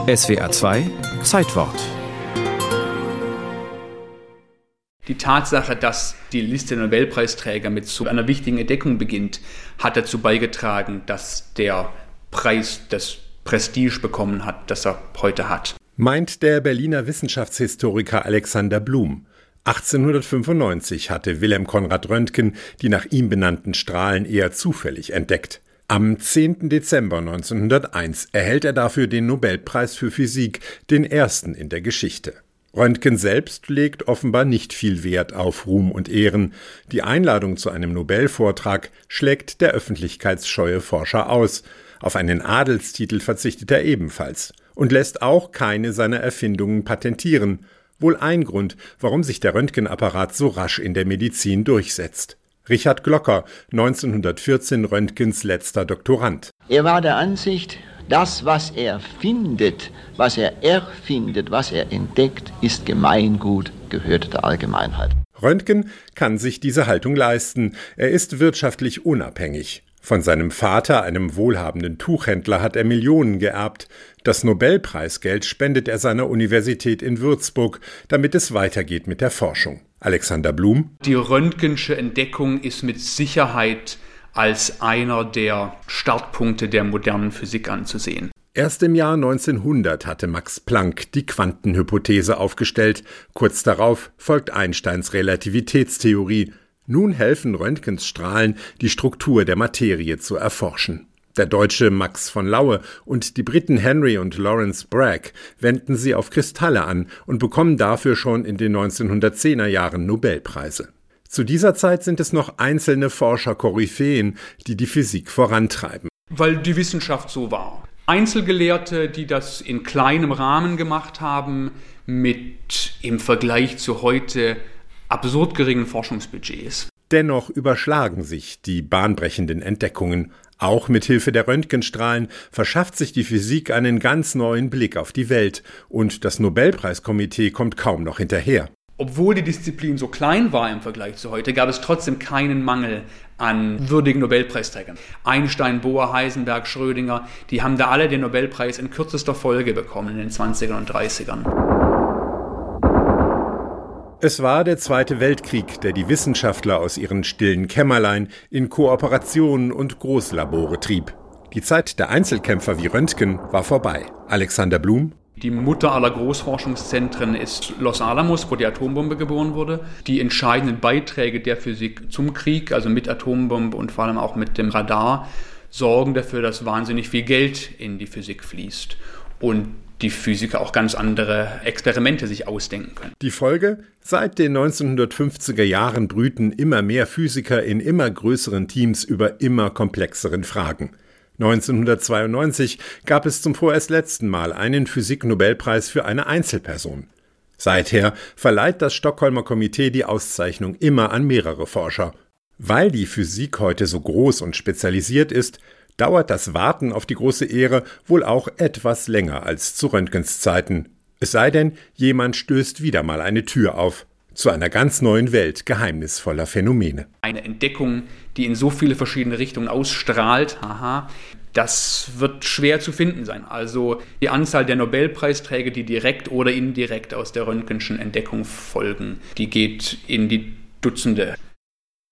SWR 2 Zeitwort. Die Tatsache, dass die Liste der Nobelpreisträger mit so einer wichtigen Entdeckung beginnt, hat dazu beigetragen, dass der Preis das Prestige bekommen hat, das er heute hat. Meint der Berliner Wissenschaftshistoriker Alexander Blum. 1895 hatte Wilhelm Conrad Röntgen die nach ihm benannten Strahlen eher zufällig entdeckt. Am 10. Dezember 1901 erhält er dafür den Nobelpreis für Physik, den ersten in der Geschichte. Röntgen selbst legt offenbar nicht viel Wert auf Ruhm und Ehren. Die Einladung zu einem Nobelvortrag schlägt der öffentlichkeitsscheue Forscher aus. Auf einen Adelstitel verzichtet er ebenfalls und lässt auch keine seiner Erfindungen patentieren. Wohl ein Grund, warum sich der Röntgenapparat so rasch in der Medizin durchsetzt. Richard Glocker, 1914 Röntgens letzter Doktorand. Er war der Ansicht, das, was er findet, was er erfindet, was er entdeckt, ist Gemeingut, gehört der Allgemeinheit. Röntgen kann sich diese Haltung leisten. Er ist wirtschaftlich unabhängig. Von seinem Vater, einem wohlhabenden Tuchhändler, hat er Millionen geerbt. Das Nobelpreisgeld spendet er seiner Universität in Würzburg, damit es weitergeht mit der Forschung. Alexander Blum. Die Röntgensche Entdeckung ist mit Sicherheit als einer der Startpunkte der modernen Physik anzusehen. Erst im Jahr 1900 hatte Max Planck die Quantenhypothese aufgestellt. Kurz darauf folgt Einsteins Relativitätstheorie. Nun helfen Röntgens Strahlen, die Struktur der Materie zu erforschen. Der Deutsche Max von Laue und die Briten Henry und Lawrence Bragg wenden sie auf Kristalle an und bekommen dafür schon in den 1910er Jahren Nobelpreise. Zu dieser Zeit sind es noch einzelne Forscher-Koryphäen, die die Physik vorantreiben. Weil die Wissenschaft so war. Einzelgelehrte, die das in kleinem Rahmen gemacht haben, mit im Vergleich zu heute absurd geringen Forschungsbudgets. Dennoch überschlagen sich die bahnbrechenden Entdeckungen. Auch mit Hilfe der Röntgenstrahlen verschafft sich die Physik einen ganz neuen Blick auf die Welt und das Nobelpreiskomitee kommt kaum noch hinterher. Obwohl die Disziplin so klein war im Vergleich zu heute, gab es trotzdem keinen Mangel an würdigen Nobelpreisträgern. Einstein, Bohr, Heisenberg, Schrödinger, die haben da alle den Nobelpreis in kürzester Folge bekommen in den 20ern und 30ern. Es war der Zweite Weltkrieg, der die Wissenschaftler aus ihren stillen Kämmerlein in Kooperationen und Großlabore trieb. Die Zeit der Einzelkämpfer wie Röntgen war vorbei. Alexander Blum. Die Mutter aller Großforschungszentren ist Los Alamos, wo die Atombombe geboren wurde. Die entscheidenden Beiträge der Physik zum Krieg, also mit Atombombe und vor allem auch mit dem Radar, sorgen dafür, dass wahnsinnig viel Geld in die Physik fließt und die Physiker auch ganz andere Experimente sich ausdenken können. Die Folge? Seit den 1950er Jahren brüten immer mehr Physiker in immer größeren Teams über immer komplexeren Fragen. 1992 gab es zum vorerst letzten Mal einen Physik-Nobelpreis für eine Einzelperson. Seither verleiht das Stockholmer Komitee die Auszeichnung immer an mehrere Forscher. Weil die Physik heute so groß und spezialisiert ist, dauert das Warten auf die große Ehre wohl auch etwas länger als zu Röntgens Zeiten. Es sei denn, jemand stößt wieder mal eine Tür auf. Zu einer ganz neuen Welt geheimnisvoller Phänomene. Eine Entdeckung, die in so viele verschiedene Richtungen ausstrahlt, das wird schwer zu finden sein. Also die Anzahl der Nobelpreisträger, die direkt oder indirekt aus der Röntgenschen Entdeckung folgen, die geht in die Dutzende.